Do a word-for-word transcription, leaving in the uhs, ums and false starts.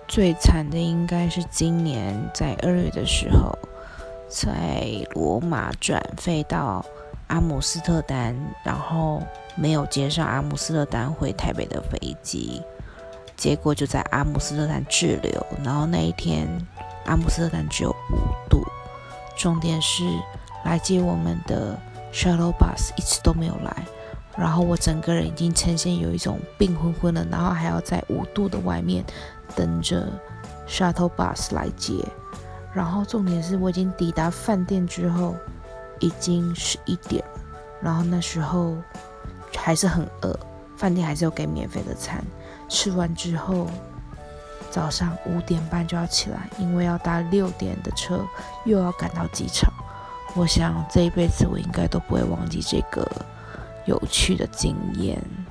最惨的应该是今年在二月的时候，在罗马转飞到阿姆斯特丹，然后没有接上阿姆斯特丹回台北的飞机，结果就在阿姆斯特丹滞留，然后那一天阿姆斯特丹只有五度，重点是来接我们的 shuttle bus 一直都没有来，然后我整个人已经呈现有一种病昏昏的，然后还要在五度的外面等着 shuttle bus 来接，然后重点是我已经抵达饭店之后已经十一点了，然后那时候还是很饿，饭店还是有给免费的餐，吃完之后早上五点半就要起来，因为要搭六点的车，又要赶到机场。我想这一辈子我应该都不会忘记这个有趣的经验。